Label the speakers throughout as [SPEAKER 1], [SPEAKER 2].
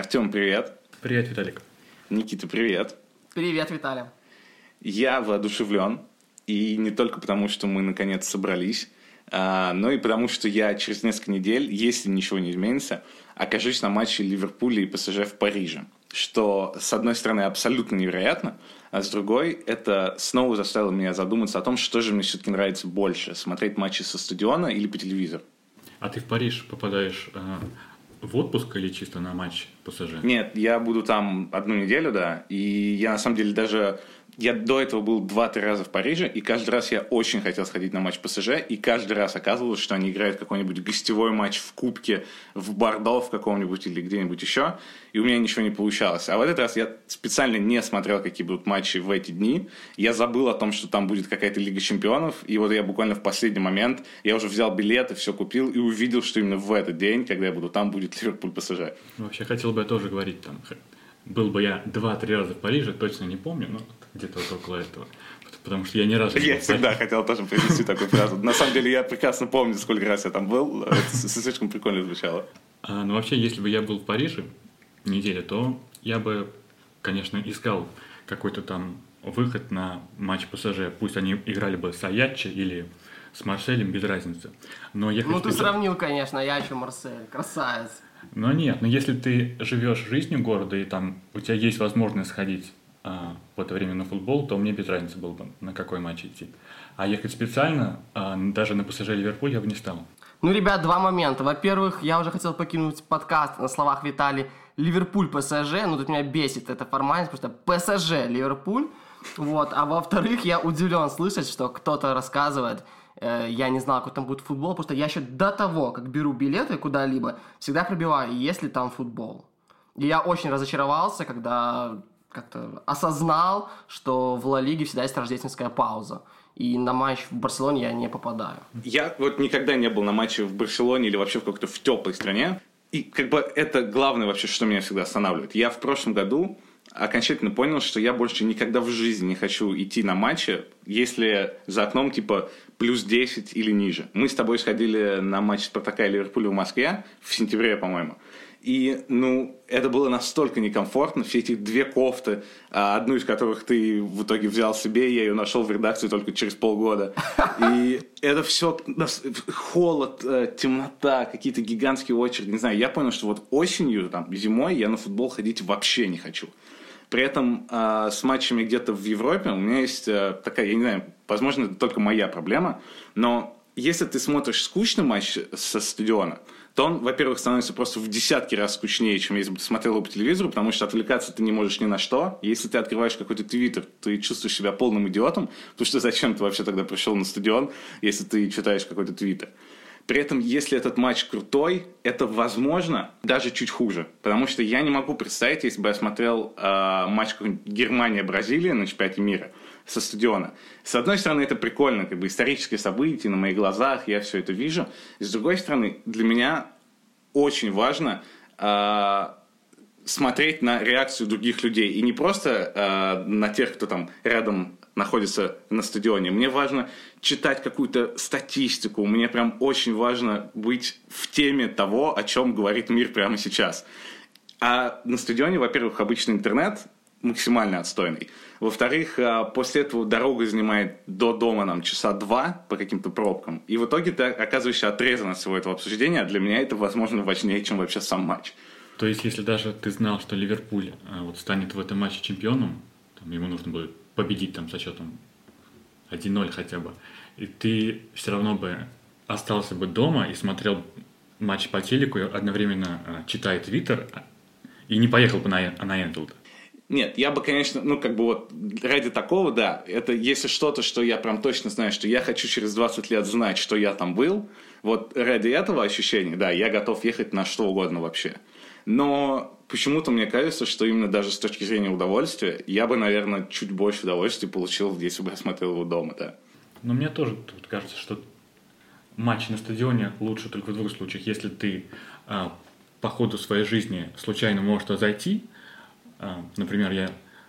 [SPEAKER 1] Артем, привет.
[SPEAKER 2] Привет, Виталик.
[SPEAKER 1] Никита, привет.
[SPEAKER 3] Привет, Виталий.
[SPEAKER 1] Я воодушевлен, и не только потому, что мы наконец собрались, но и потому, что я через несколько недель, если ничего не изменится, окажусь на матче Ливерпуля и ПСЖ в Париже. Что, с одной стороны, абсолютно невероятно, а с другой, это снова заставило меня задуматься о том, что же мне все-таки нравится больше, смотреть матчи со стадиона или по телевизору.
[SPEAKER 2] А ты в Париж попадаешь в отпуск или чисто на матч ПСЖ?
[SPEAKER 1] Нет, я буду там 1 неделю, да, и я на самом деле даже... Я до этого был 2-3 раза в Париже, и каждый раз я очень хотел сходить на матч ПСЖ, и каждый раз оказывалось, что они играют какой-нибудь гостевой матч в Кубке, в Бордо в каком-нибудь или где-нибудь еще, и у меня ничего не получалось. А в этот раз я специально не смотрел, какие будут матчи в эти дни. Я забыл о том, что там будет какая-то Лига Чемпионов, и вот я буквально в последний момент, я уже взял билеты, все купил, и увидел, что именно в этот день, когда я буду там, будет Ливерпуль-ПСЖ.
[SPEAKER 2] Вообще, хотел бы я тоже говорить там... Был бы я 2-3 раза в Париже, точно не помню, но где-то вот около этого. Потому что я ни разу не был.
[SPEAKER 1] Я всегда хотел тоже произнести такую фразу. На самом деле, я прекрасно помню, сколько раз я там был. Это слишком прикольно звучало.
[SPEAKER 2] Ну, вообще, если бы я был в Париже неделю, то я бы, конечно, искал какой-то там выход на матч ПСЖ. Пусть они играли бы с Аяччо или с Марселем, без разницы. Но
[SPEAKER 3] ты сравнил, конечно, Аяччо, Марсель. Красавец.
[SPEAKER 2] Но нет, но если ты живешь жизнью города, и там у тебя есть возможность сходить в это время на футбол, то мне без разницы было бы, на какой матч идти. А ехать специально, даже на ПСЖ Ливерпуль я бы не стал.
[SPEAKER 3] Ребят, 2 момента. Во-первых, я уже хотел покинуть подкаст на словах Виталий. Ливерпуль, ПСЖ, тут меня бесит эта формальность, потому что ПСЖ, Ливерпуль. А во-вторых, я удивлен слышать, что кто-то рассказывает, я не знал, какой там будет футбол, потому что я еще до того, как беру билеты куда-либо, всегда пробиваю, есть ли там футбол. И я очень разочаровался, когда как-то осознал, что в Ла Лиге всегда есть рождественская пауза. И на матч в Барселоне я не попадаю.
[SPEAKER 1] Я никогда не был на матче в Барселоне или вообще в какой-то в теплой стране. И это главное вообще, что меня всегда останавливает. Я в прошлом году окончательно понял, что я больше никогда в жизни не хочу идти на матчи, если за окном плюс 10 или ниже. Мы с тобой сходили на матч Спартака и Ливерпуля в Москве в сентябре, по-моему. И, это было настолько некомфортно, все эти 2 кофты, одну из которых ты в итоге взял себе, я ее нашел в редакции только через полгода. И это все холод, темнота, какие-то гигантские очереди, не знаю. Я понял, что осенью, зимой я на футбол ходить вообще не хочу. При этом с матчами где-то в Европе у меня есть такая, я не знаю, возможно, это только моя проблема, но если ты смотришь скучный матч со стадиона, то он, во-первых, становится просто в десятки раз скучнее, чем если бы ты смотрел его по телевизору, потому что отвлекаться ты не можешь ни на что. Если ты открываешь какой-то твиттер, ты чувствуешь себя полным идиотом, потому что зачем ты вообще тогда пришел на стадион, если ты читаешь какой-то твиттер. При этом, если этот матч крутой, это, возможно, даже чуть хуже. Потому что я не могу представить, если бы я смотрел матч Германия-Бразилия на чемпионате мира со стадиона. С одной стороны, это прикольно, исторические события на моих глазах, я все это вижу. С другой стороны, для меня очень важно смотреть на реакцию других людей. И не просто на тех, кто там рядом находится на стадионе. Мне важно читать какую-то статистику. Мне прям очень важно быть в теме того, о чем говорит мир прямо сейчас. А на стадионе, во-первых, обычный интернет максимально отстойный. Во-вторых, после этого дорога занимает до дома часа 2 по каким-то пробкам. И в итоге ты оказываешься отрезан от всего этого обсуждения. А для меня это, возможно, важнее, чем вообще сам матч.
[SPEAKER 2] То есть, если даже ты знал, что Ливерпуль станет в этом матче чемпионом, ему нужно будет победить со счетом 1-0 хотя бы, и ты все равно бы остался бы дома и смотрел матч по телеку, и одновременно читая твиттер, и не поехал бы на Энфилд.
[SPEAKER 1] Нет, я бы, конечно, ради такого, да, это если что-то, что я прям точно знаю, что я хочу через 20 лет знать, что я там был, ради этого ощущения, да, я готов ехать на что угодно вообще. Но почему-то мне кажется, что именно даже с точки зрения удовольствия, я бы, наверное, чуть больше удовольствия получил, если бы я смотрел его дома, да.
[SPEAKER 2] Но мне тоже тут кажется, что матч на стадионе лучше только в 2 случаях. Если ты по ходу своей жизни случайно можешь туда зайти, например, я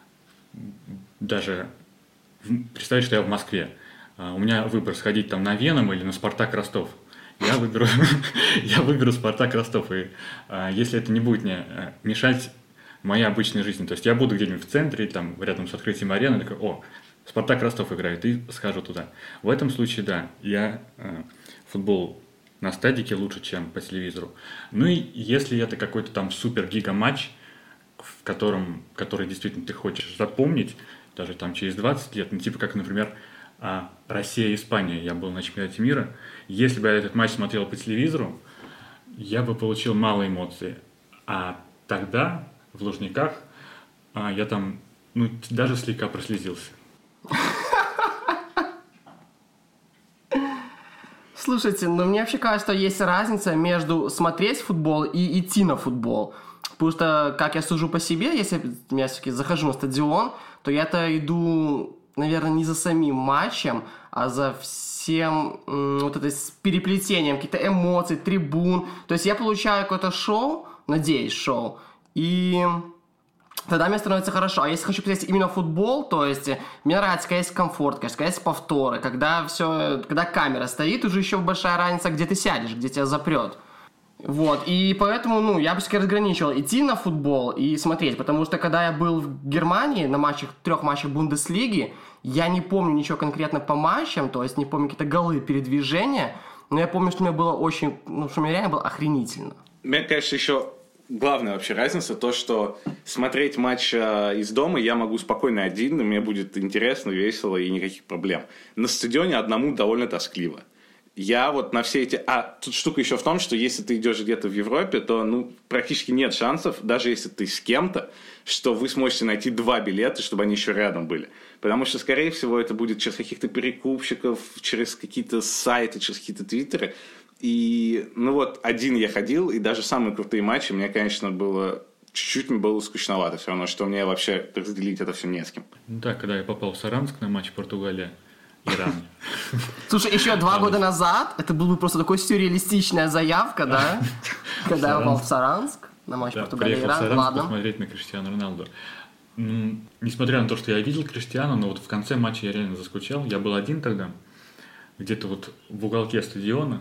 [SPEAKER 2] даже представить, что я в Москве, у меня выбор сходить на Веном или на Спартак Ростов. Я выберу, я выберу «Спартак» Ростов. И если это не будет мне мешать моей обычной жизни, то есть я буду где-нибудь в центре, там, рядом с открытием арены, такой, о, «Спартак» Ростов играет, и схожу туда. В этом случае, да, я футбол на стадике лучше, чем по телевизору. Ну и если это какой-то там супер-гига-матч, который действительно ты хочешь запомнить, даже там через 20 лет, ну типа как, например, Россия-Испания, я был на чемпионате мира, если бы я этот матч смотрел по телевизору, я бы получил мало эмоций. А тогда в Лужниках я там, ну, даже слегка прослезился.
[SPEAKER 3] Слушайте, ну мне вообще кажется, что есть разница между смотреть футбол и идти на футбол. Потому что, как я сужу по себе, если я все-таки захожу на стадион, то я-то иду, наверное, не за самим матчем, а за всем вот это с переплетением каких-то эмоций, трибун. То есть я получаю какое-то шоу, надеюсь, шоу, и тогда мне становится хорошо. А если хочу посмотреть именно футбол, то есть мне нравится, когда есть комфорт, конечно, когда есть повторы, когда камера стоит, уже еще большая разница, где ты сядешь, где тебя запрет. Вот, и поэтому, ну, я бы все-таки разграничивал идти на футбол и смотреть, потому что когда я был в Германии на 3 матчах Бундеслиги, я не помню ничего конкретно по матчам, то есть не помню какие-то голы, передвижения, но я помню, что мне было очень, ну, что мне реально было охренительно.
[SPEAKER 1] Мне, конечно, еще главная вообще разница то, что смотреть матч из дома я могу спокойно один, и мне будет интересно, весело и никаких проблем. На стадионе одному довольно тоскливо. Я вот на все эти... тут штука еще в том, что если ты идешь где-то в Европе, то, ну, практически нет шансов, даже если ты с кем-то, что вы сможете найти 2 билета, чтобы они еще рядом были. Потому что, скорее всего, это будет через каких-то перекупщиков, через какие-то сайты, через какие-то твиттеры. И, ну вот, один я ходил, и даже самые крутые матчи мне, конечно, чуть-чуть мне было скучновато все равно, что мне вообще разделить это все не с кем.
[SPEAKER 2] Ну да, когда я попал в Саранск на матч Португалия, Иран.
[SPEAKER 3] Слушай, еще 2 года назад это была бы просто такой сюрреалистичная заявка, да? Когда я попал в Саранск на матч Португалия, Иран.
[SPEAKER 2] Приехал в Саранск
[SPEAKER 3] Ладно.
[SPEAKER 2] посмотреть на Криштиану Роналду. Несмотря на то, что я видел Криштиану, но вот в конце матча я реально заскучал. Я был один тогда, где-то вот в уголке стадиона.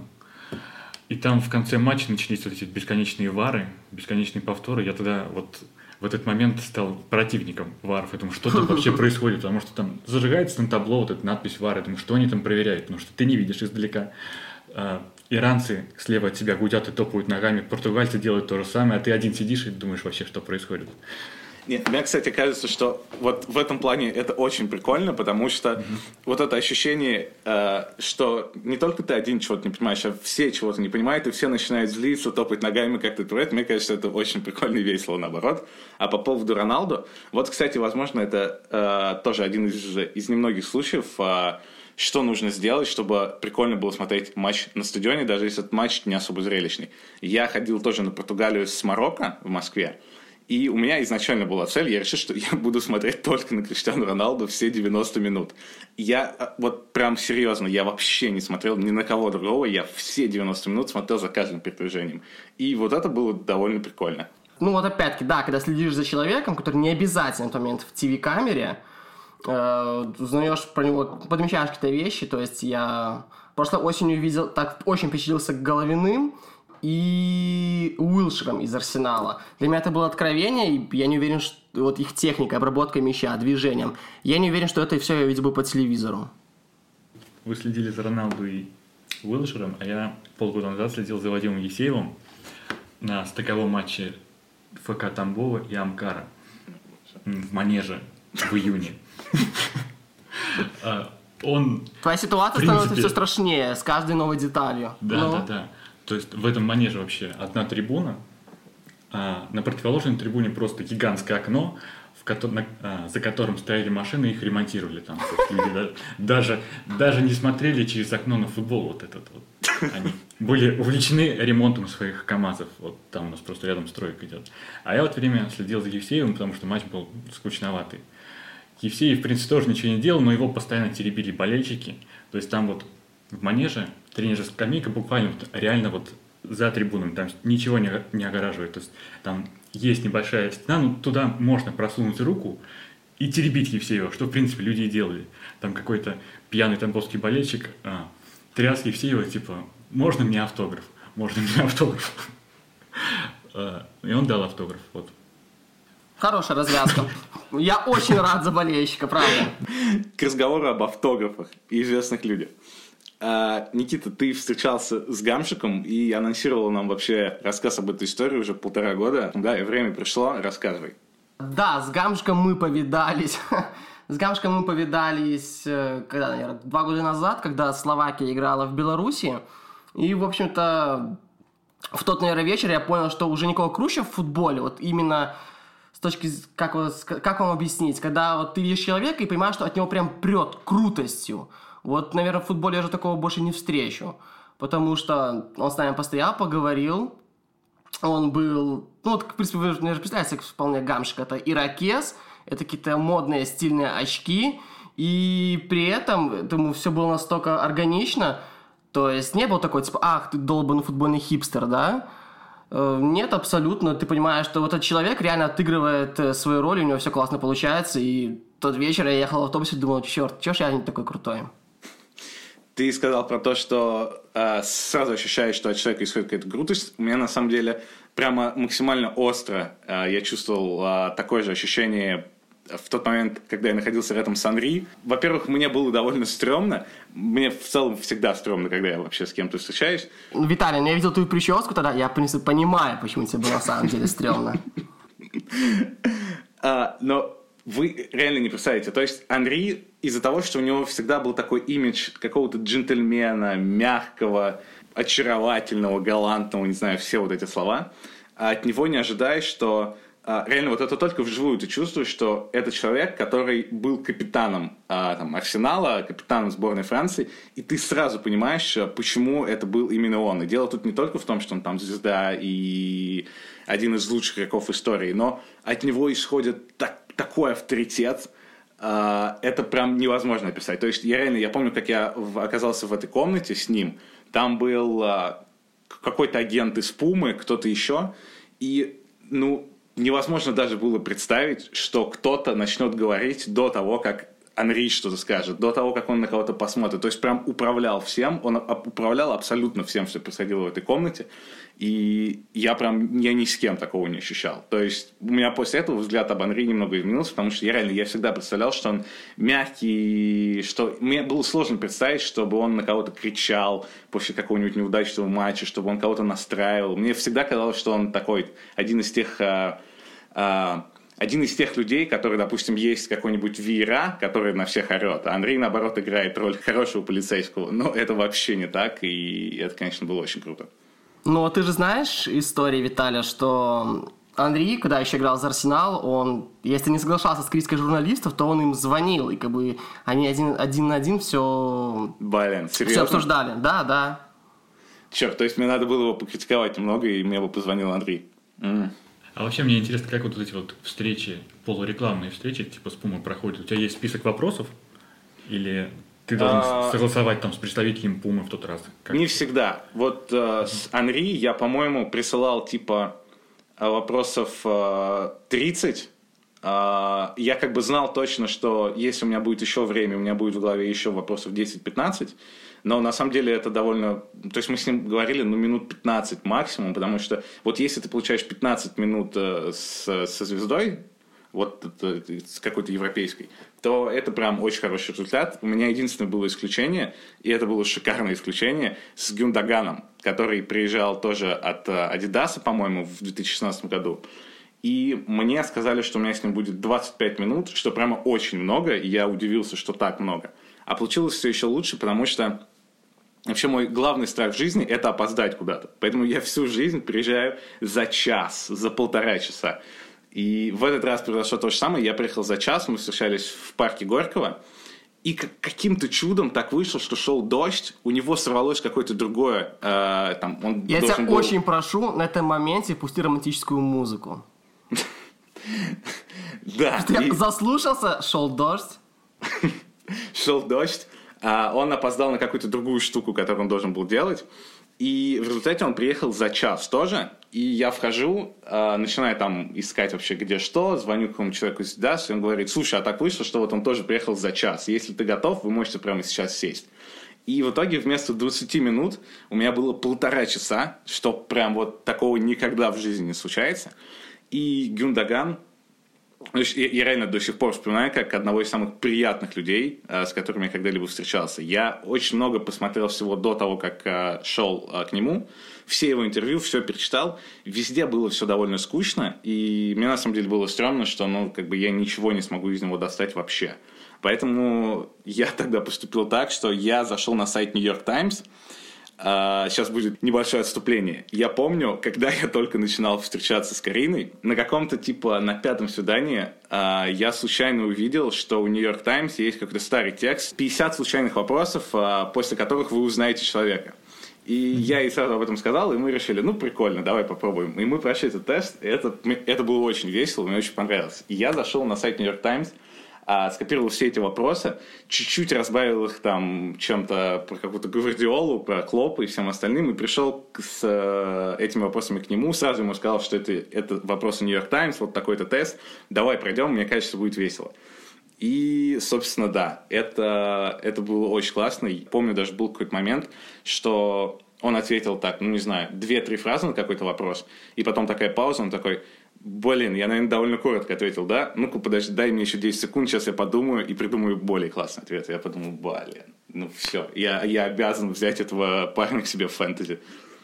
[SPEAKER 2] И там в конце матча начались вот эти бесконечные вары, бесконечные повторы. Я тогда вот в этот момент стал противником варов. Я думаю, что там вообще происходит, потому что там зажигается на табло вот эта надпись вары. Я думаю, что они там проверяют, потому что ты не видишь издалека. Иранцы слева от тебя гудят и топают ногами, португальцы делают то же самое, а ты один сидишь и думаешь вообще, что происходит.
[SPEAKER 1] Нет, мне, кстати, кажется, что вот в этом плане это очень прикольно, потому что вот это ощущение, что не только ты один чего-то не понимаешь, а все чего-то не понимают, и все начинают злиться, топать ногами как-то творят. Мне кажется, это очень прикольно и весело, наоборот. А по поводу Роналду, вот, кстати, возможно, это тоже один из немногих случаев, что нужно сделать, чтобы прикольно было смотреть матч на стадионе, даже если этот матч не особо зрелищный. Я ходил тоже на Португалию с Марокко в Москве, и у меня изначально была цель, я решил, что я буду смотреть только на Криштиану Роналду все 90 минут. Я вот прям серьезно, я вообще не смотрел ни на кого другого, я все 90 минут смотрел за каждым передвижением. И вот это было довольно прикольно.
[SPEAKER 3] Ну вот опять-таки, да, когда следишь за человеком, который не обязательно в тот момент в ТВ-камере, узнаешь про него, подмечаешь какие-то вещи, то есть я прошлой осенью видел, так очень впечатлился Головиным и Уилшером из Арсенала. Для меня это было откровение, и я не уверен, что вот их техника, обработка мяча, движением, я не уверен, что это все я видел бы по телевизору.
[SPEAKER 2] Вы следили за Роналду и Уилшером, а я полгода назад следил за Вадимом Евсеевым на стыковом матче ФК Тамбова и Амкара в Манеже в июне.
[SPEAKER 3] Твоя ситуация становится все страшнее с каждой новой деталью.
[SPEAKER 2] Да. То есть в этом Манеже вообще одна трибуна, а на противоположной трибуне просто гигантское окно, за которым стояли машины, их ремонтировали там. Люди даже не смотрели через окно на футбол вот этот вот. Они были увлечены ремонтом своих КАМАЗов. Вот там у нас просто рядом стройка идет. А я в это время следил за Евсеевым, потому что матч был скучноватый. Евсеев, в принципе, тоже ничего не делал, но его постоянно теребили болельщики. То есть там вот в Манеже тренерская скамейка буквально реально вот за трибунами, там ничего не огораживает. То есть там есть небольшая стена, но туда можно просунуть руку и теребить Евсеева, что, в принципе, люди и делали. Там какой-то пьяный тамбовский болельщик тряс Евсеева, типа, можно мне автограф? Можно мне автограф? И он дал автограф, вот.
[SPEAKER 3] Хорошая развязка. Я очень рад за болельщика, правда.
[SPEAKER 1] К разговору об автографах и известных людях. Никита, ты встречался с Гамшиком и анонсировал нам вообще рассказ об этой истории уже 1,5 года. Да, и время пришло, рассказывай.
[SPEAKER 3] Да, с Гамшиком мы повидались. С Гамшиком мы повидались, когда, наверное, 2 года назад, когда Словакия играла в Беларуси. И, в общем-то, в тот, наверное, вечер я понял, что уже никого круче в футболе, вот именно с точки, как вам объяснить, когда вот ты видишь человека и понимаешь, что от него прям прет крутостью. Вот, наверное, в футболе я же такого больше не встречу, потому что он с нами постоял, поговорил, он был, ну вот, в принципе, вы, наверное, представляете, вполне Гамшик, это ирокез, это какие-то модные стильные очки, и при этом ему все было настолько органично, то есть не было такой, типа, ах, ты долбанный футбольный хипстер, да? Нет, абсолютно. Ты понимаешь, что вот этот человек реально отыгрывает свою роль, у него все классно получается, и тот вечер я ехал в автобусе и думал, черт, чё ж я не такой крутой?
[SPEAKER 1] Ты сказал про то, что сразу ощущаешь, что от человека исходит какая-то крутость. У меня на самом деле прямо максимально остро я чувствовал такое же ощущение в тот момент, когда я находился рядом с Анри. Во-первых, мне было довольно стрёмно. Мне в целом всегда стрёмно, когда я вообще с кем-то встречаюсь.
[SPEAKER 3] Виталий, я видел твою прическу тогда, я, в принципе, понимаю, почему тебе было на самом деле стрёмно.
[SPEAKER 1] Но вы реально не представляете. То есть Анри из-за того, что у него всегда был такой имидж какого-то джентльмена, мягкого, очаровательного, галантного, не знаю, все вот эти слова, от него не ожидаешь, что реально вот это только вживую ты чувствуешь, что это человек, который был капитаном там, Арсенала, капитаном сборной Франции, и ты сразу понимаешь, почему это был именно он. И дело тут не только в том, что он там звезда и один из лучших игроков истории, но от него исходит такой авторитет, это прям невозможно описать. То есть я помню, как я оказался в этой комнате с ним, там был какой-то агент из Пумы, кто-то еще, и, невозможно даже было представить, что кто-то начнет говорить до того, как Анри что-то скажет, до того, как он на кого-то посмотрит. То есть прям управлял всем, он управлял абсолютно всем, что происходило в этой комнате. И я ни с кем такого не ощущал. То есть у меня после этого взгляд об Анри немного изменился, потому что я всегда представлял, что он мягкий, что мне было сложно представить, чтобы он на кого-то кричал после какого-нибудь неудачного матча, чтобы он кого-то настраивал. Мне всегда казалось, что он такой один из тех людей, который, допустим, есть какой-нибудь Виера, который на всех орет, а Анри, наоборот, играет роль хорошего полицейского. Но это вообще не так, и это, конечно, было очень круто.
[SPEAKER 3] Ну, ты же знаешь истории, Виталия, что Анри, когда еще играл за Арсенал, он, если не соглашался с критикой журналистов, то он им звонил, и как бы они один на один все...
[SPEAKER 1] Блин, серьезно?
[SPEAKER 3] Все обсуждали, да.
[SPEAKER 1] Черт, то есть мне надо было его покритиковать немного, и мне бы позвонил Анри.
[SPEAKER 2] А вообще мне интересно, как вот эти вот встречи, полурекламные встречи, типа с Пумой проходят. У тебя есть список вопросов? Или ты должен согласовать там с представителем Пумы в тот раз?
[SPEAKER 1] Не всегда. Вот с Анри я, по-моему, присылал типа вопросов 30. Я как бы знал точно, что если у меня будет еще время, у меня будет в голове еще вопросов 10-15. Но на самом деле это довольно... То есть мы с ним говорили, минут 15 максимум, потому что вот если ты получаешь 15 минут со звездой, вот с какой-то европейской, то это прям очень хороший результат. У меня единственное было исключение, и это было шикарное исключение, с Гюндаганом, который приезжал тоже от Адидаса, по-моему, в 2016 году. И мне сказали, что у меня с ним будет 25 минут, что прямо очень много, и я удивился, что так много. А получилось все еще лучше, потому что вообще мой главный страх в жизни – это опоздать куда-то. Поэтому я всю жизнь приезжаю за час, за 1,5 часа. И в этот раз произошло то же самое. Я приехал за час, мы встречались в парке Горького. И каким-то чудом так вышло, что шел дождь, у него сорвалось какое-то другое.
[SPEAKER 3] Я тебя очень прошу на этом моменте пусти романтическую музыку.
[SPEAKER 1] Да.
[SPEAKER 3] Я заслушался, шел дождь.
[SPEAKER 1] Шел дождь. Он опоздал на какую-то другую штуку, которую он должен был делать. И в результате он приехал за час тоже. И я вхожу, начинаю там искать вообще где что, звоню какому-то человеку из Дас, и он говорит: слушай, а так вышло, что вот он тоже приехал за час. Если ты готов, вы можете прямо сейчас сесть. И в итоге вместо 20 минут у меня было 1,5 часа, что прям вот такого никогда в жизни не случается. И Гюндаган, я реально до сих пор вспоминаю как одного из самых приятных людей, с которыми я когда-либо встречался. Я очень много посмотрел всего до того, как шел к нему. Все его интервью, все перечитал. Везде было все довольно скучно. И мне на самом деле было стрёмно, что я ничего не смогу из него достать вообще. Поэтому я тогда поступил так, что я зашел на сайт New York Times. Сейчас будет небольшое отступление. Я помню, когда я только начинал встречаться с Кариной, на каком-то на 5-м свидании я случайно увидел, что у New York Times есть какой-то старый текст, 50 случайных вопросов, после которых вы узнаете человека. И я ей сразу об этом сказал, и мы решили, прикольно, давай попробуем. И мы прошли этот тест, и это было очень весело, мне очень понравилось. И я зашел на сайт New York Times, скопировал все эти вопросы, чуть-чуть разбавил их там чем-то про какую-то Гвардиолу, про Клопа и всем остальным, и пришел с этими вопросами к нему, сразу ему сказал, что это вопросы New York Times, вот такой-то тест, давай пройдем, мне кажется, будет весело. И, собственно, да, это было очень классно. Помню, даже был какой-то момент, что он ответил так, 2-3 фразы на какой-то вопрос, и потом такая пауза, он такой: блин, я, наверное, довольно коротко ответил, да? Ну-ка, подожди, дай мне еще 10 секунд, сейчас я подумаю и придумаю более классный ответ. Я подумал, все, я обязан взять этого парня к себе в фэнтези.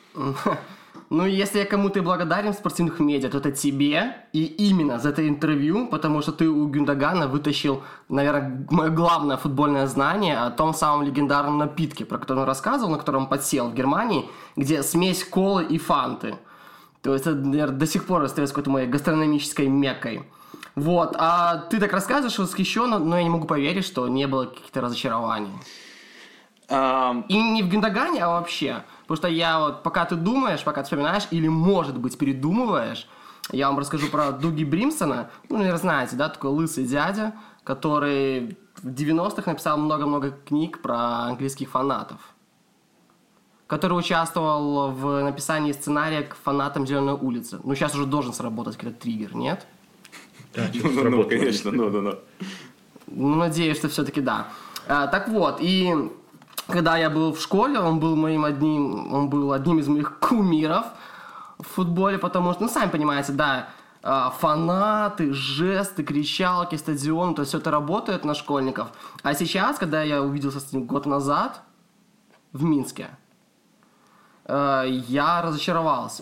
[SPEAKER 3] Если я кому-то и благодарен в спортивных медиа, то это тебе, и именно за это интервью, потому что ты у Гюндагана вытащил, наверное, мое главное футбольное знание о том самом легендарном напитке, про который он рассказывал, на котором он подсел в Германии, где смесь колы и фанты. То есть это, наверное, до сих пор остается какой-то моей гастрономической меккой. Вот, а ты так рассказываешь восхищенно, но я не могу поверить, что не было каких-то разочарований. И не в Гюндагане, а вообще. Потому что пока ты думаешь, пока ты вспоминаешь, или, может быть, передумываешь, я вам расскажу про Дуги Бримсона. Наверное, знаете, да, такой лысый дядя, который в 90-х написал много-много книг про английских фанатов, который участвовал в написании сценария к фанатам «Зеленой улицы». Сейчас уже должен сработать какой-то триггер, нет?
[SPEAKER 2] Да, что-то
[SPEAKER 1] конечно,
[SPEAKER 3] надеюсь, что все-таки да. Так вот, и когда я был в школе, он был одним из моих кумиров в футболе, потому что, сами понимаете, да, фанаты, жесты, кричалки, стадион, то есть все это работает на школьников. А сейчас, когда я увиделся с ним год назад в Минске, я разочаровался.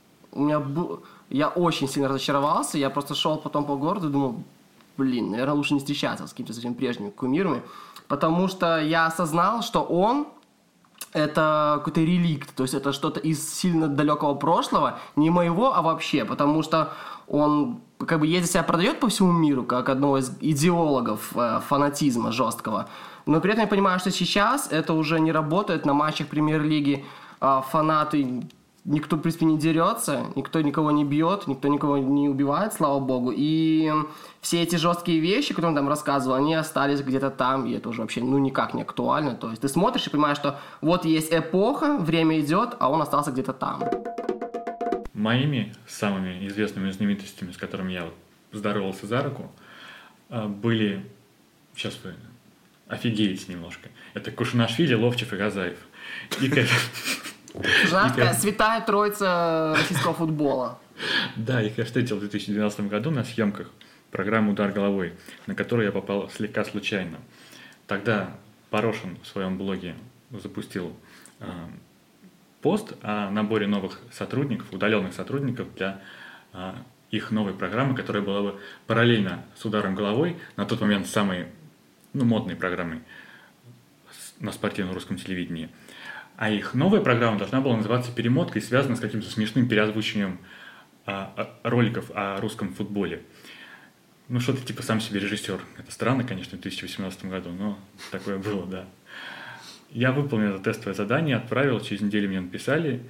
[SPEAKER 3] Я очень сильно разочаровался, я просто шел потом по городу и думал, наверное, лучше не встречаться с какими-то своими прежними кумирами, потому что я осознал, что он это какой-то реликт, то есть это что-то из сильно далекого прошлого, не моего, а вообще, потому что он ездит себя продает по всему миру, как одного из идеологов фанатизма жесткого, но при этом я понимаю, что сейчас это уже не работает на матчах премьер-лиги. Фанаты, никто, в принципе, не дерется, никто никого не бьет, никто никого не убивает, слава богу. И все эти жесткие вещи, которые он там рассказывал, они остались где-то там, и это уже вообще никак не актуально. То есть ты смотришь и понимаешь, что вот есть эпоха, время идет, а он остался где-то там.
[SPEAKER 2] Моими самыми известными знаменитостями, с которыми я здоровался за руку, были, сейчас вы офигеете немножко, это Кушанашвили, Ловчев и Газаев.
[SPEAKER 3] Такая святая троица российского футбола.
[SPEAKER 2] Да, их я встретил в 2012 году на съемках программы «Удар головой», на которую я попал слегка случайно. Тогда Порошин в своем блоге запустил пост о наборе новых сотрудников, удаленных сотрудников для их новой программы, которая была бы параллельно с «Ударом головой», на тот момент самой модной программой на спортивном русском телевидении. А их новая программа должна была называться «Перемотка» и связана с каким-то смешным переозвучиванием роликов о русском футболе. Что-то типа сам себе режиссер. Это странно, конечно, в 2018 году, но такое было, да. Я выполнил это тестовое задание, отправил, через неделю мне написали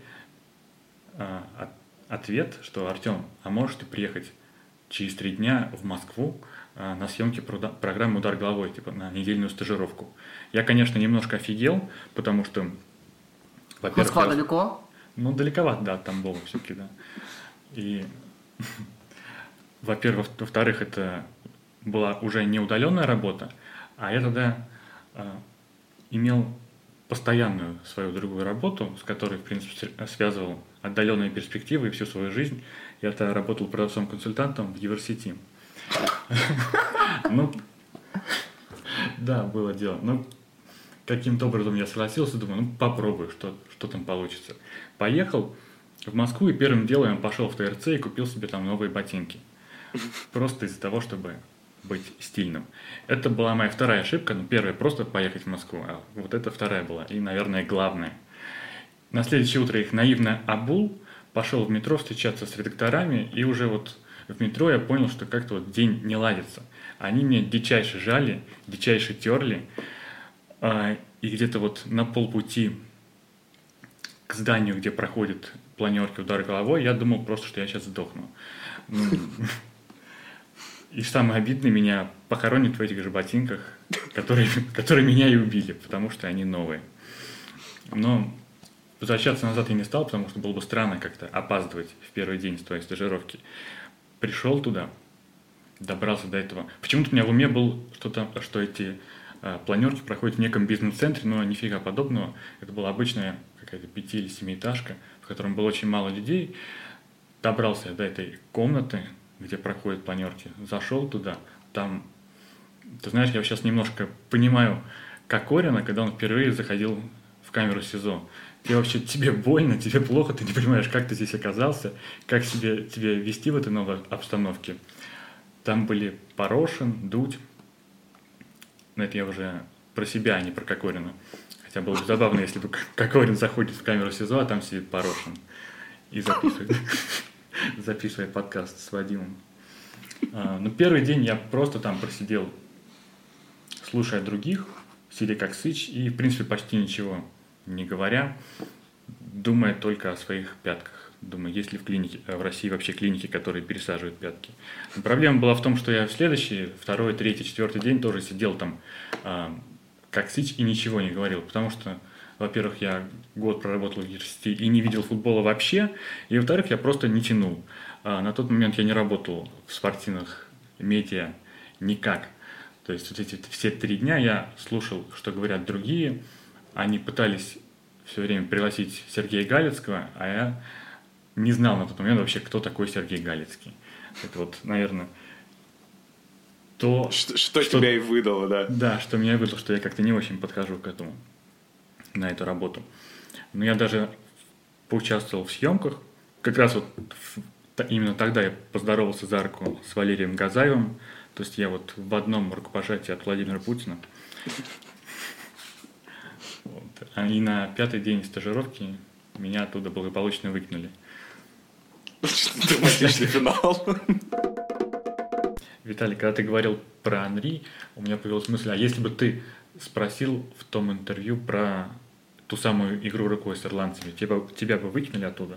[SPEAKER 2] ответ, что: Артем, а можешь ты приехать через 3 дня в Москву на съемки программы «Удар головой», типа на недельную стажировку. Я, конечно, немножко офигел, потому что, во-первых...
[SPEAKER 3] Москва далеко?
[SPEAKER 2] Далековато, да, там было все-таки, да. И, во-первых, во-вторых, это была уже не удаленная работа, а я тогда имел постоянную свою другую работу, с которой, в принципе, связывал отдаленные перспективы и всю свою жизнь. Я-то работал продавцом-консультантом в Евросети. Ну, да, было дело. Ну, каким-то образом я согласился, думаю, ну, попробую, что там получится. Поехал в Москву, и первым делом я пошел в ТРЦ и купил себе там новые ботинки. Просто из-за того, чтобы быть стильным. Это была моя вторая ошибка. Ну, первая просто поехать в Москву, а вот это вторая была. И, наверное, главная. На следующее утро их наивно обул, пошел в метро встречаться с редакторами, и уже вот в метро я понял, что как-то вот день не ладится. Они меня дичайше жали, дичайше терли, и где-то вот на полпути к зданию, где проходят планерки удары головой, я думал просто, что я сейчас сдохну. И самое обидное, меня похоронят в этих же ботинках, которые меня и убили, потому что они новые. Но возвращаться назад я не стал, потому что было бы странно как-то опаздывать в первый день своей стажировки. Пришел туда, добрался до этого. Почему-то у меня в уме было что эти планерки проходят в неком бизнес-центре, но нифига подобного. Это была обычная какая-то 5- или 7-этажка, в котором было очень мало людей. Добрался я до этой комнаты, где проходят планерки, зашел туда, там, ты знаешь, я сейчас немножко понимаю Кокорина, когда он впервые заходил в камеру СИЗО. Тебе больно, тебе плохо, ты не понимаешь, как ты здесь оказался, как тебе вести в этой новой обстановке. Там были Порошин, Дудь. Но это я уже про себя, а не про Кокорина. Хотя было бы забавно, если бы Кокорин заходит в камеру СИЗО, а там сидит Порошин и записывает подкаст с Вадимом. Но первый день я просто там просидел, слушая других, сидя как сыч, и, в принципе, почти ничего не говоря, думая только о своих пятках. Думаю, есть ли в России вообще клиники, которые пересаживают пятки. Но проблема была в том, что я в следующий, 2-й, 3-й, 4-й день тоже сидел там как сыч и ничего не говорил, потому что, во-первых, я год проработал в университете и не видел футбола вообще, и, во-вторых, я просто не тянул. На тот момент я не работал в спортивных медиа никак. То есть вот эти все 3 дня я слушал, что говорят другие. Они пытались все время пригласить Сергея Галицкого, а я не знал на тот момент вообще, кто такой Сергей Галицкий. Это вот, наверное, то...
[SPEAKER 1] Что тебя и выдало, да?
[SPEAKER 2] Да, что меня и выдало, что я как-то не очень подхожу к этому, на эту работу. Но я даже поучаствовал в съемках. Как раз вот именно тогда я поздоровался за руку с Валерием Газаевым. То есть я вот в одном рукопожатии от Владимира Путина. Вот. И на 5-й день стажировки меня оттуда благополучно выкинули.
[SPEAKER 1] Драматичный финал.
[SPEAKER 2] Виталий, когда ты говорил про Анри, у меня появилась мысль, а если бы ты спросил в том интервью про ту самую игру рукой с ирландцами, тебя бы выкинули оттуда?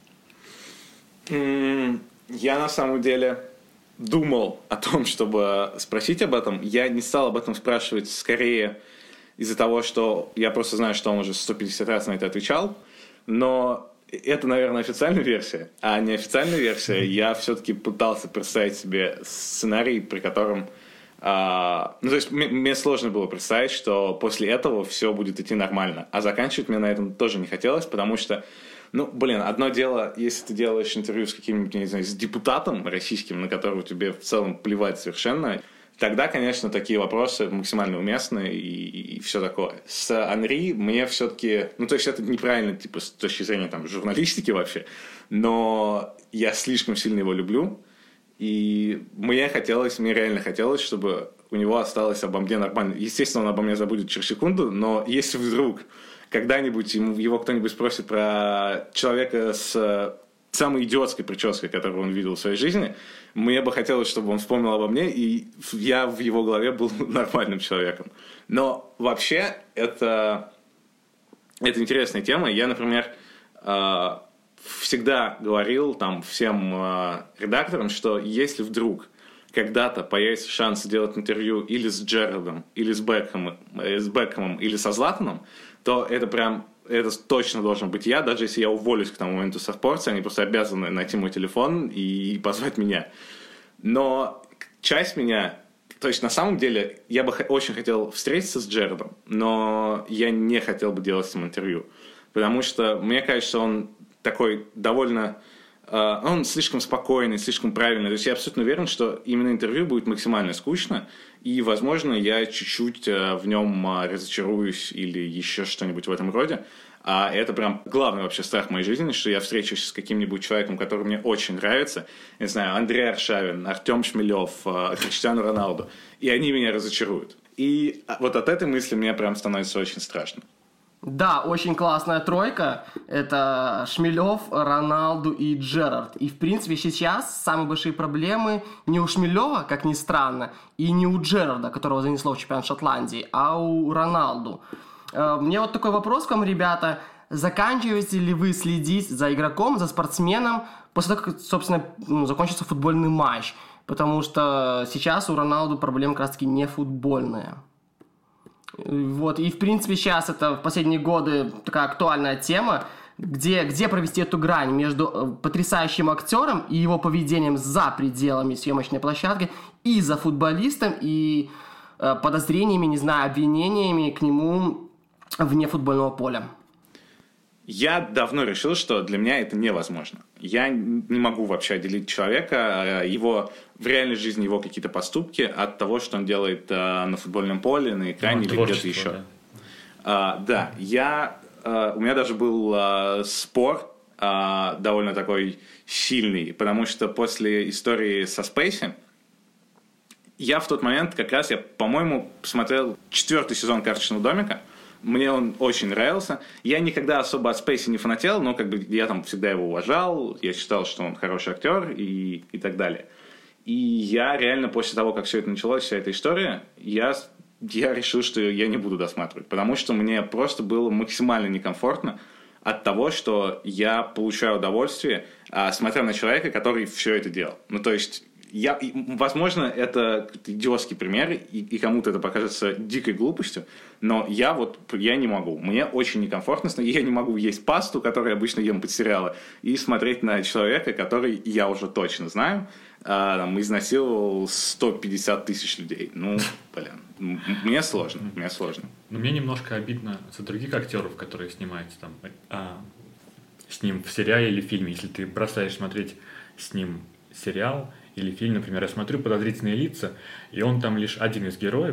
[SPEAKER 1] Я на самом деле думал о том, чтобы спросить об этом. Я не стал об этом спрашивать скорее из-за того, что я просто знаю, что он уже 150 раз на это отвечал. Но это, наверное, официальная версия. А неофициальная версия, я все-таки пытался представить себе сценарий, при котором... то есть мне сложно было представить, что после этого все будет идти нормально. А заканчивать мне на этом тоже не хотелось, потому что, одно дело, если ты делаешь интервью с каким-нибудь, не знаю, с депутатом российским, на которого тебе в целом плевать совершенно, тогда, конечно, такие вопросы максимально уместны и все такое. С Анри мне все-таки... то есть это неправильно, типа, с точки зрения там журналистики вообще, но я слишком сильно его люблю, и мне реально хотелось, чтобы у него осталось обо мне нормально. Естественно, он обо мне забудет через секунду, но если вдруг когда-нибудь его кто-нибудь спросит про человека с самой идиотской прической, которую он видел в своей жизни, мне бы хотелось, чтобы он вспомнил обо мне, и я в его голове был нормальным человеком. Но вообще это интересная тема. Я, например, всегда говорил там всем редакторам, что если вдруг когда-то появится шанс сделать интервью или с Джерардом, или с Бекхэмом, или со Златаном, то это точно должен быть я, даже если я уволюсь к тому моменту со Спортса, они просто обязаны найти мой телефон и позвать меня. Но часть меня То есть, на самом деле, я бы очень хотел встретиться с Джерардом, но я не хотел бы делать с ним интервью. Потому что, мне кажется, он такой довольно... Он слишком спокойный, слишком правильный. То есть, я абсолютно уверен, что именно интервью будет максимально скучно, и, возможно, я чуть-чуть в нем разочаруюсь или еще что-нибудь в этом роде. А это прям главный вообще страх в моей жизни, что я встречусь с каким-нибудь человеком, который мне очень нравится, не знаю, Андрей Аршавин, Артем Шмелев, Криштиану Роналду, и они меня разочаруют. И вот от этой мысли мне прям становится очень страшно.
[SPEAKER 3] Да, очень классная тройка. Это Шмелев, Роналду и Джерард. И, в принципе, сейчас самые большие проблемы не у Шмелева, как ни странно, и не у Джерарда, которого занесло в чемпионат Шотландии, а у Роналду. Мне вот такой вопрос к вам, ребята. Заканчиваете ли вы следить за игроком, за спортсменом после того, как, собственно, закончится футбольный матч? Потому что сейчас у Роналду проблема как раз-таки не футбольная. Вот. И, в принципе, сейчас это в последние годы такая актуальная тема, где провести эту грань между потрясающим актером и его поведением за пределами съемочной площадки и за футболистом, и подозрениями, не знаю, обвинениями к нему вне футбольного поля.
[SPEAKER 1] Я давно решил, что для меня это невозможно. Я не могу вообще отделить человека, его в реальной жизни, его какие-то поступки от того, что он делает на футбольном поле, на экране или где-то еще. Да, у меня даже был спор довольно такой сильный, потому что после истории со Спейси я в тот момент как раз, по-моему, посмотрел 4-й сезон «Карточного домика». Мне он очень нравился. Я никогда особо от Спейси не фанател, но как бы я там всегда его уважал, я считал, что он хороший актер и так далее. И я реально после того, как все это началось, вся эта история, я решил, что я не буду досматривать, потому что мне просто было максимально некомфортно от того, что я получаю удовольствие, смотря на человека, который все это делал. Ну, то есть... возможно, это идиотский пример, и кому-то это покажется дикой глупостью, но я не могу. Мне очень некомфортно, и я не могу есть пасту, которую я обычно ем под сериалы, и смотреть на человека, который я уже точно знаю, изнасиловал 150 тысяч людей. Мне сложно.
[SPEAKER 2] Но мне немножко обидно за других актеров, которые снимаются там с ним в сериале или фильме. Если ты бросаешь смотреть с ним сериал или фильм, например, я смотрю «Подозрительные лица», и он там лишь один из героев,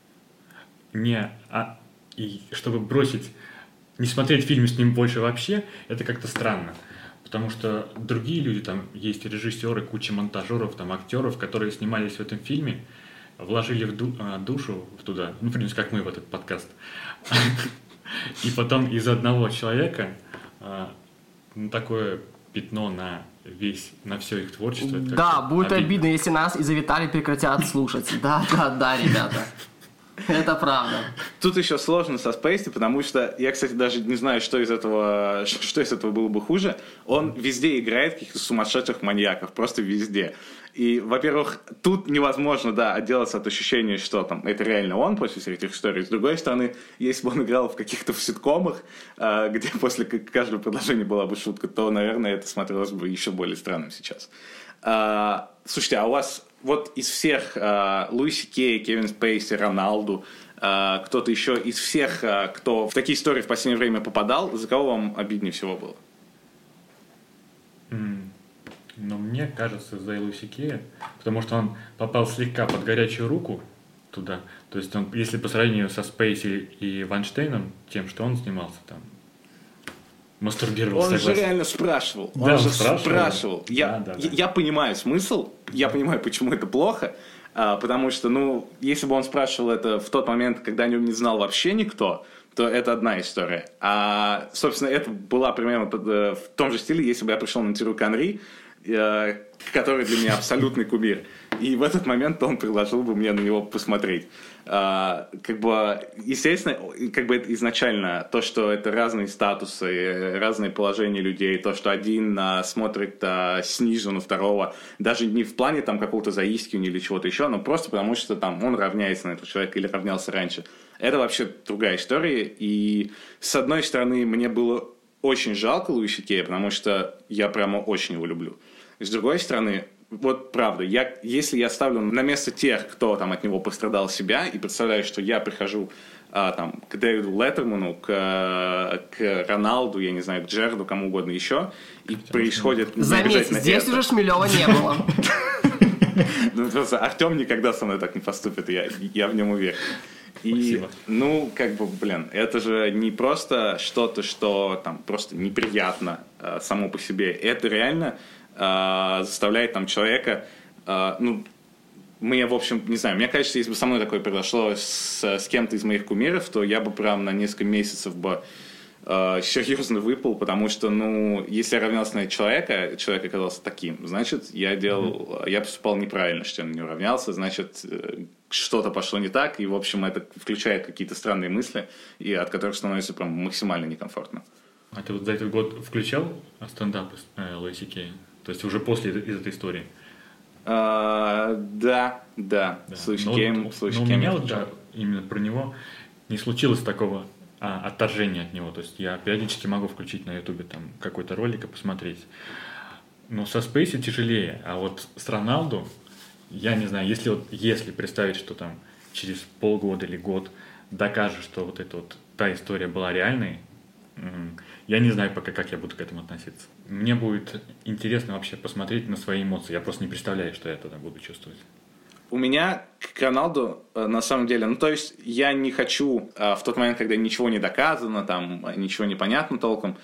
[SPEAKER 2] и чтобы не смотреть фильм с ним больше вообще, это как-то странно. Потому что другие люди, там есть режиссеры, куча монтажеров, там актеров, которые снимались в этом фильме, вложили душу туда, в принципе, как мы в этот подкаст. И потом из одного человека такое пятно на все их творчество.
[SPEAKER 3] Да, будет обидно, если нас из-за Виталия прекратят слушать. Да, ребята. Это правда.
[SPEAKER 1] Тут еще сложно со Спейси, потому что я, кстати, даже не знаю, что из этого было бы хуже. Он везде играет каких-то сумасшедших маньяков, просто везде. И, во-первых, тут невозможно, отделаться от ощущения, что там это реально он после всех этих историй. С другой стороны, если бы он играл в каких-то ситкомах, где после каждого предложения была бы шутка, то, наверное, это смотрелось бы еще более странным сейчас. Слушайте, а у вас вот из всех Луиси Кей, Кевин Спейси, Роналду, кто-то еще из всех, кто в такие истории в последнее время попадал, за кого вам обиднее всего было?
[SPEAKER 2] Но мне кажется, за Луиси Кея, потому что он попал слегка под горячую руку туда. То есть он, если по сравнению со Спейси и Вайнштейном, тем, что он снимался там, мастурбировал.
[SPEAKER 1] Он же реально спрашивал.
[SPEAKER 2] Да,
[SPEAKER 1] он же спрашивал. Я понимаю смысл, я понимаю, почему это плохо, потому что, если бы он спрашивал это в тот момент, когда о нем не знал вообще никто, то это одна история. А, собственно, это была примерно в том же стиле, если бы я пришел на Тиру Канри, который для меня абсолютный кумир. И в этот момент он предложил бы мне на него посмотреть. Естественно, это изначально то, что это разные статусы, разные положения людей, то, что один смотрит снизу на второго, даже не в плане там какого-то заискивания или чего-то еще, но просто потому, что там он равняется на этого человека или равнялся раньше. Это вообще другая история. И с одной стороны, мне было очень жалко Луиси Кея, потому что я прямо очень его люблю. С другой стороны, вот правда, если я ставлю на место тех, кто там от него пострадал, себя, и представляю, что я прихожу там, к Дэвиду Леттерману, к Роналду, я не знаю, к Джерарду, кому угодно еще, и происходит...
[SPEAKER 3] Заметь, здесь уже Шмелева не было.
[SPEAKER 1] Ну, просто Артем никогда со мной так не поступит, я в нем уверен. И, ну, как бы, это же не просто что-то, что там просто неприятно само по себе. Это реально заставляет там человека, мне, в общем, не знаю, мне кажется, если бы со мной такое произошло с кем-то из моих кумиров, то я бы прям на несколько месяцев бы серьезно выпал, потому что, если я равнялся на человека, человек оказался таким, значит, я поступал неправильно, что я на него равнялся, значит, что-то пошло не так, и, в общем, это включает какие-то странные мысли, и от которых становится прям максимально некомфортно.
[SPEAKER 2] А ты вот за этот год включал стендап Луи Си Кей? То есть уже после из этой истории?
[SPEAKER 1] Да. С Луи Си Кеем.
[SPEAKER 2] У меня вот, именно про него не случилось такого отторжения от него. То есть я периодически могу включить на Ютубе там какой-то ролик и посмотреть. Но со Спейси тяжелее. А вот с Роналду, я не знаю, если представить, что там через полгода или год докажет, что вот эта вот та история была реальной, я не знаю пока, как я буду к этому относиться. Мне будет интересно вообще посмотреть на свои эмоции. Я просто не представляю, что я тогда буду чувствовать.
[SPEAKER 1] У меня к Роналду, на самом деле, то есть я не хочу в тот момент, когда ничего не доказано, там ничего не понятно толком,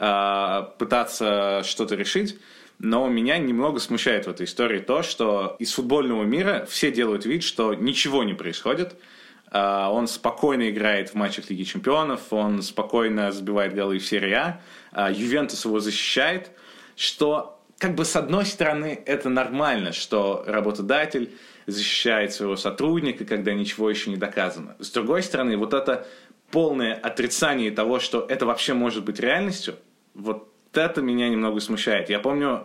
[SPEAKER 1] пытаться что-то решить, но меня немного смущает в этой истории то, что из футбольного мира все делают вид, что ничего не происходит. Он спокойно играет в матчах Лиги Чемпионов, он спокойно забивает голы в серии А, Ювентус его защищает, что как бы с одной стороны это нормально, что работодатель защищает своего сотрудника, когда ничего еще не доказано. С другой стороны, вот это полное отрицание того, что это вообще может быть реальностью, вот это меня немного смущает. Я помню,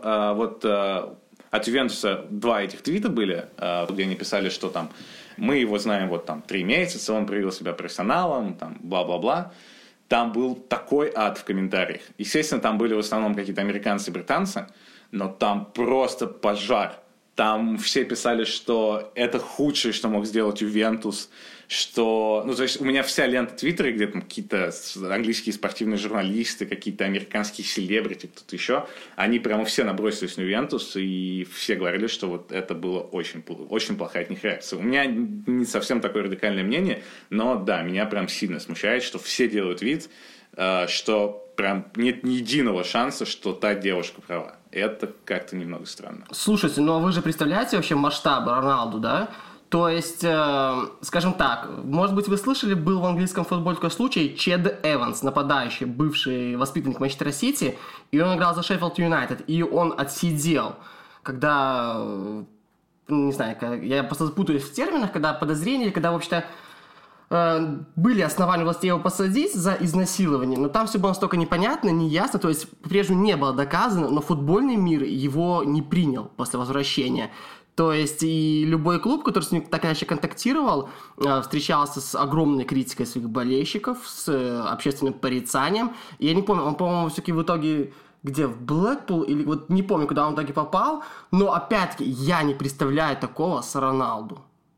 [SPEAKER 1] от Ювентуса 2 этих твита были, где они писали, что там мы его знаем 3 месяца, он проявил себя профессионалом, там бла-бла-бла. Там был такой ад в комментариях. Естественно, там были в основном какие-то американцы и британцы, но там просто пожар. Там все писали, что это худшее, что мог сделать Ювентус, что... то есть у меня вся лента Твиттера, где там какие-то английские спортивные журналисты, какие-то американские селебрити, кто-то еще, они прямо все набросились на Ювентус, и все говорили, что вот это было очень, очень плохая от них реакция. У меня не совсем такое радикальное мнение, но да, меня прям сильно смущает, что все делают вид, что прям нет ни единого шанса, что та девушка права. Это как-то немного странно.
[SPEAKER 3] Слушайте, но вы же представляете вообще масштаб Роналду, да? То есть, скажем так, может быть, вы слышали, был в английском футболе такой случай, Чед Эванс, нападающий, бывший воспитанник Манчестера Сити, и он играл за Шеффилд Юнайтед, и он отсидел, когда, не знаю, я просто запутаюсь в терминах, когда подозрение, когда, в общем-то, были основания властей его посадить за изнасилование, но там все было настолько непонятно, неясно, то есть по-прежнему не было доказано, но футбольный мир его не принял после возвращения. То есть и любой клуб, который с ним так иначе контактировал, встречался с огромной критикой своих болельщиков, с общественным порицанием. И я не помню, он, по-моему, все-таки в итоге где, в Блэкпул, или вот не помню, куда он в итоге попал, но опять-таки я не представляю такого с Роналду.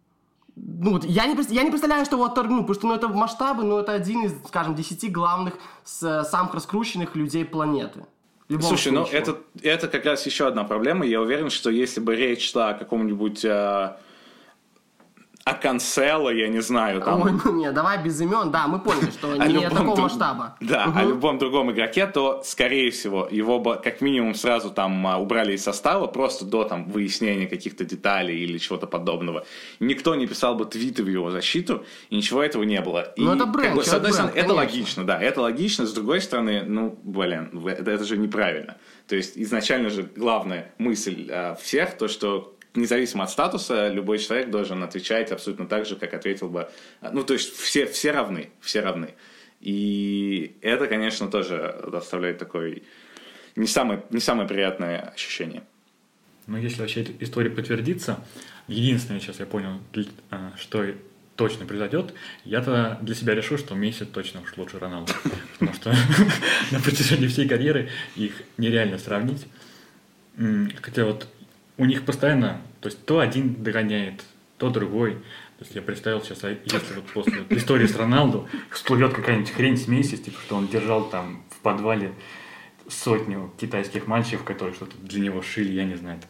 [SPEAKER 3] Я не представляю, что его отторгнут, потому что это в масштабы, это один из, скажем, 10 главных, самых раскрученных людей планеты.
[SPEAKER 1] Слушай, это как раз еще одна проблема. Я уверен, что если бы речь шла о каком-нибудь о Канцело, я не знаю. Там...
[SPEAKER 3] Ой, давай без имен. Да, мы поняли, что не такого масштаба.
[SPEAKER 1] Да, о любом другом игроке, то, скорее всего, его бы как минимум сразу там убрали из состава, просто до там выяснения каких-то деталей или чего-то подобного. Никто не писал бы твиты в его защиту, и ничего этого не было. И,
[SPEAKER 3] это бренд,
[SPEAKER 1] с одной стороны, это логично, да, это логично, с другой стороны, это же неправильно. То есть, изначально же главная мысль всех, то, что независимо от статуса, любой человек должен отвечать абсолютно так же, как ответил бы... то есть все равны. И это, конечно, тоже доставляет такое не самое приятное ощущение.
[SPEAKER 2] Если вообще эта история подтвердится, единственное, сейчас я понял, что точно произойдет, я-то для себя решу, что Месси точно уж лучше Роналду. Потому что на протяжении всей карьеры их нереально сравнить. Хотя у них постоянно, то есть то один догоняет, то другой. То есть я представил сейчас, если вот после истории с Роналду всплывет какая-нибудь хрень с Месси, типа, что он держал там в подвале 100 китайских мальчиков, которые что-то для него шили, я не знаю.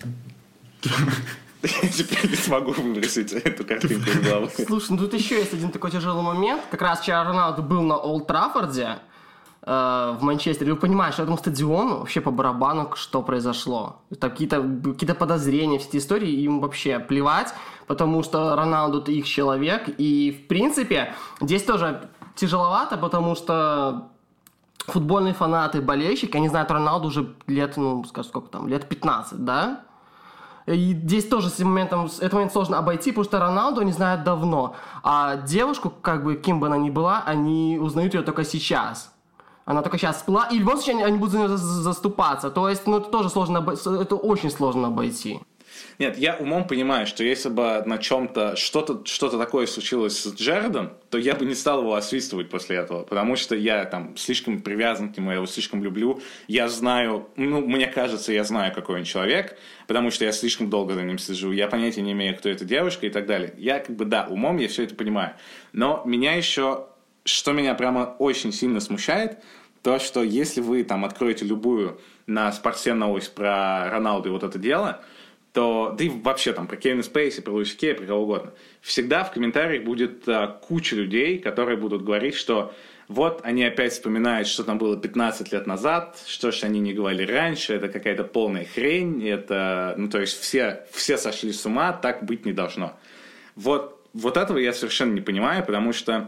[SPEAKER 1] Я теперь не смогу выбросить эту картинку из головы.
[SPEAKER 3] Слушай, ну тут еще есть один такой тяжелый момент. Как раз вчера Роналду был на Олд Траффорде в Манчестере. Вы понимаете, что этому стадиону вообще по барабану, что произошло. Там какие-то подозрения, все эти истории, им вообще плевать, потому что Роналду — их человек. И, в принципе, здесь тоже тяжеловато, потому что футбольные фанаты, болельщики, они знают Роналду уже лет, сколько там, лет 15, да? И здесь тоже этот момент сложно обойти, потому что Роналду они знают давно. А девушку, как бы, кем бы она ни была, они узнают ее только сейчас. Она только сейчас всплыла, и в любом случае они будут за нее заступаться. То есть, это тоже сложно, это очень сложно обойти.
[SPEAKER 1] Нет, я умом понимаю, что если бы на чем-то что-то такое случилось с Джерардом, то я бы не стал его освистывать после этого, потому что я там слишком привязан к нему, я его слишком люблю, я знаю, мне кажется, я знаю, какой он человек, потому что я слишком долго за ним слежу, я понятия не имею, кто эта девушка и так далее. Я умом я все это понимаю, но что меня прямо очень сильно смущает, то, что если вы там откроете любую на Спортсмен новость про Роналду и вот это дело, то, да и вообще там про Кевина Спейси, про Луиса Кея, про кого угодно, всегда в комментариях будет куча людей, которые будут говорить, что вот они опять вспоминают, что там было 15 лет назад, что ж они не говорили раньше, это какая-то полная хрень, это, то есть все сошли с ума, так быть не должно. Вот этого я совершенно не понимаю, потому что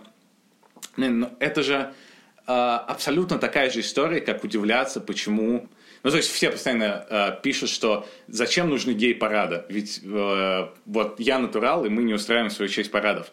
[SPEAKER 1] это же абсолютно такая же история, как удивляться, почему... то есть все постоянно пишут, что зачем нужны гей-парады, ведь вот я натурал, и мы не устраиваем свою честь парадов.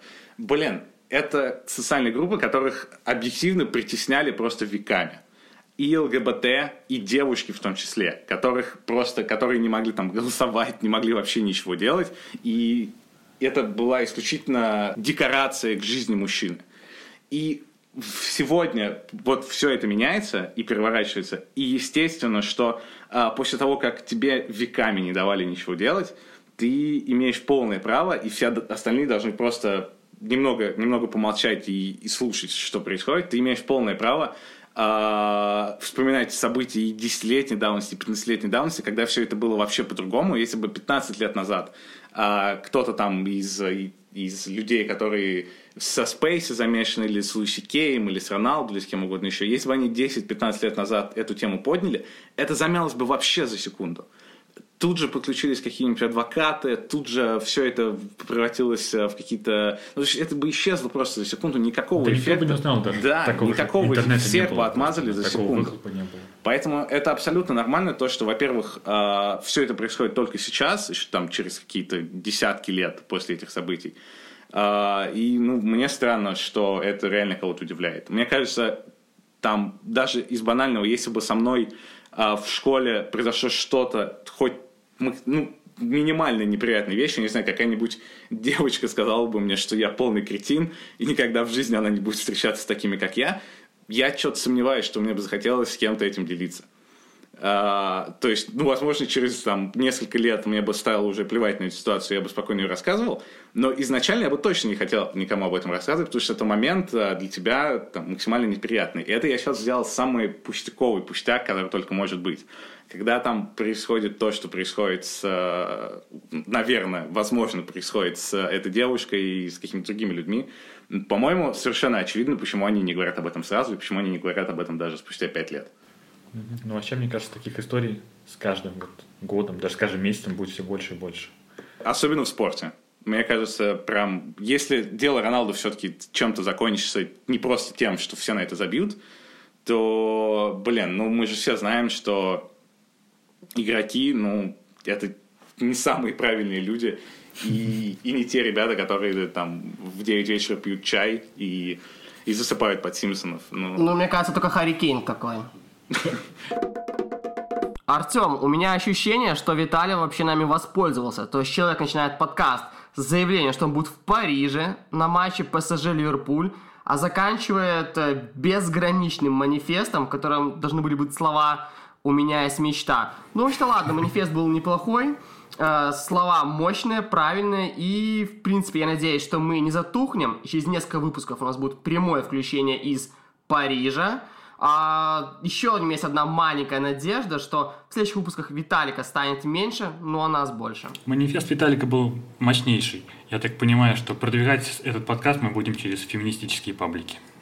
[SPEAKER 1] Это социальные группы, которых объективно притесняли просто веками. И ЛГБТ, и девушки в том числе, которые не могли там голосовать, не могли вообще ничего делать, и это была исключительно декорация к жизни мужчины. И сегодня вот все это меняется и переворачивается. И естественно, что после того, как тебе веками не давали ничего делать, ты имеешь полное право, и все остальные должны просто немного помолчать и слушать, что происходит. Ты имеешь полное право вспоминать события и 10-летней давности, и 15-летней давности, когда все это было вообще по-другому. Если бы 15 лет назад кто-то там из людей, которые со Спейси замешаны, или с Луиси Кеем, или с Роналду, или с кем угодно еще, если бы они 10-15 лет назад эту тему подняли, это замялось бы вообще за секунду. Тут же подключились какие-нибудь адвокаты, тут же все это превратилось в какие-то... это бы исчезло просто за секунду, никакого эффекта.
[SPEAKER 2] Никто бы не узнал,
[SPEAKER 1] никакого всех бы отмазали за секунду. Поэтому это абсолютно нормально, то, что, во-первых, все это происходит только сейчас, еще там через какие-то десятки лет после этих событий. И мне странно, что это реально кого-то удивляет. Мне кажется, там даже из банального, если бы со мной в школе произошло что-то, хоть минимально неприятные вещи, не знаю, какая-нибудь девочка сказала бы мне, что я полный кретин, и никогда в жизни она не будет встречаться с такими, как я что-то сомневаюсь, что мне бы захотелось с кем-то этим делиться. То есть, возможно, через несколько лет мне бы стало уже плевать на эту ситуацию, я бы спокойно ее рассказывал, но изначально я бы точно не хотел никому об этом рассказывать, потому что это момент для тебя максимально неприятный. И это я сейчас сделал самый пустяковый пустяк, который только может быть. Когда там происходит то, что происходит наверное, возможно, происходит с этой девушкой и с какими-то другими людьми, по-моему, совершенно очевидно, почему они не говорят об этом сразу и почему они не говорят об этом даже спустя 5 лет.
[SPEAKER 2] Вообще, мне кажется, таких историй с каждым годом, даже с каждым месяцем будет все больше и больше.
[SPEAKER 1] Особенно в спорте. Мне кажется, прям, если дело Роналду все-таки чем-то закончится не просто тем, что все на это забьют, то, мы же все знаем, что игроки, это не самые правильные люди, и не те ребята, которые там в 9 вечера пьют чай и засыпают под Симпсонов.
[SPEAKER 3] Мне кажется, только Харри Кейн такой. Артем, у меня ощущение, что Виталий вообще нами воспользовался. То есть человек начинает подкаст с заявлением, что он будет в Париже на матче ПСЖ-Ливерпуль, а заканчивает безграничным манифестом, в котором должны были быть слова «У меня есть мечта». В общем-то, ладно, манифест был неплохой. Слова мощные, правильные, и, в принципе, я надеюсь, что мы не затухнем. Через несколько выпусков у нас будет прямое включение из Парижа. Еще у меня есть одна маленькая надежда, что в следующих выпусках Виталика станет меньше, но нас больше.
[SPEAKER 2] Манифест Виталика был мощнейший. Я так понимаю, что продвигать этот подкаст мы будем через феминистические паблики.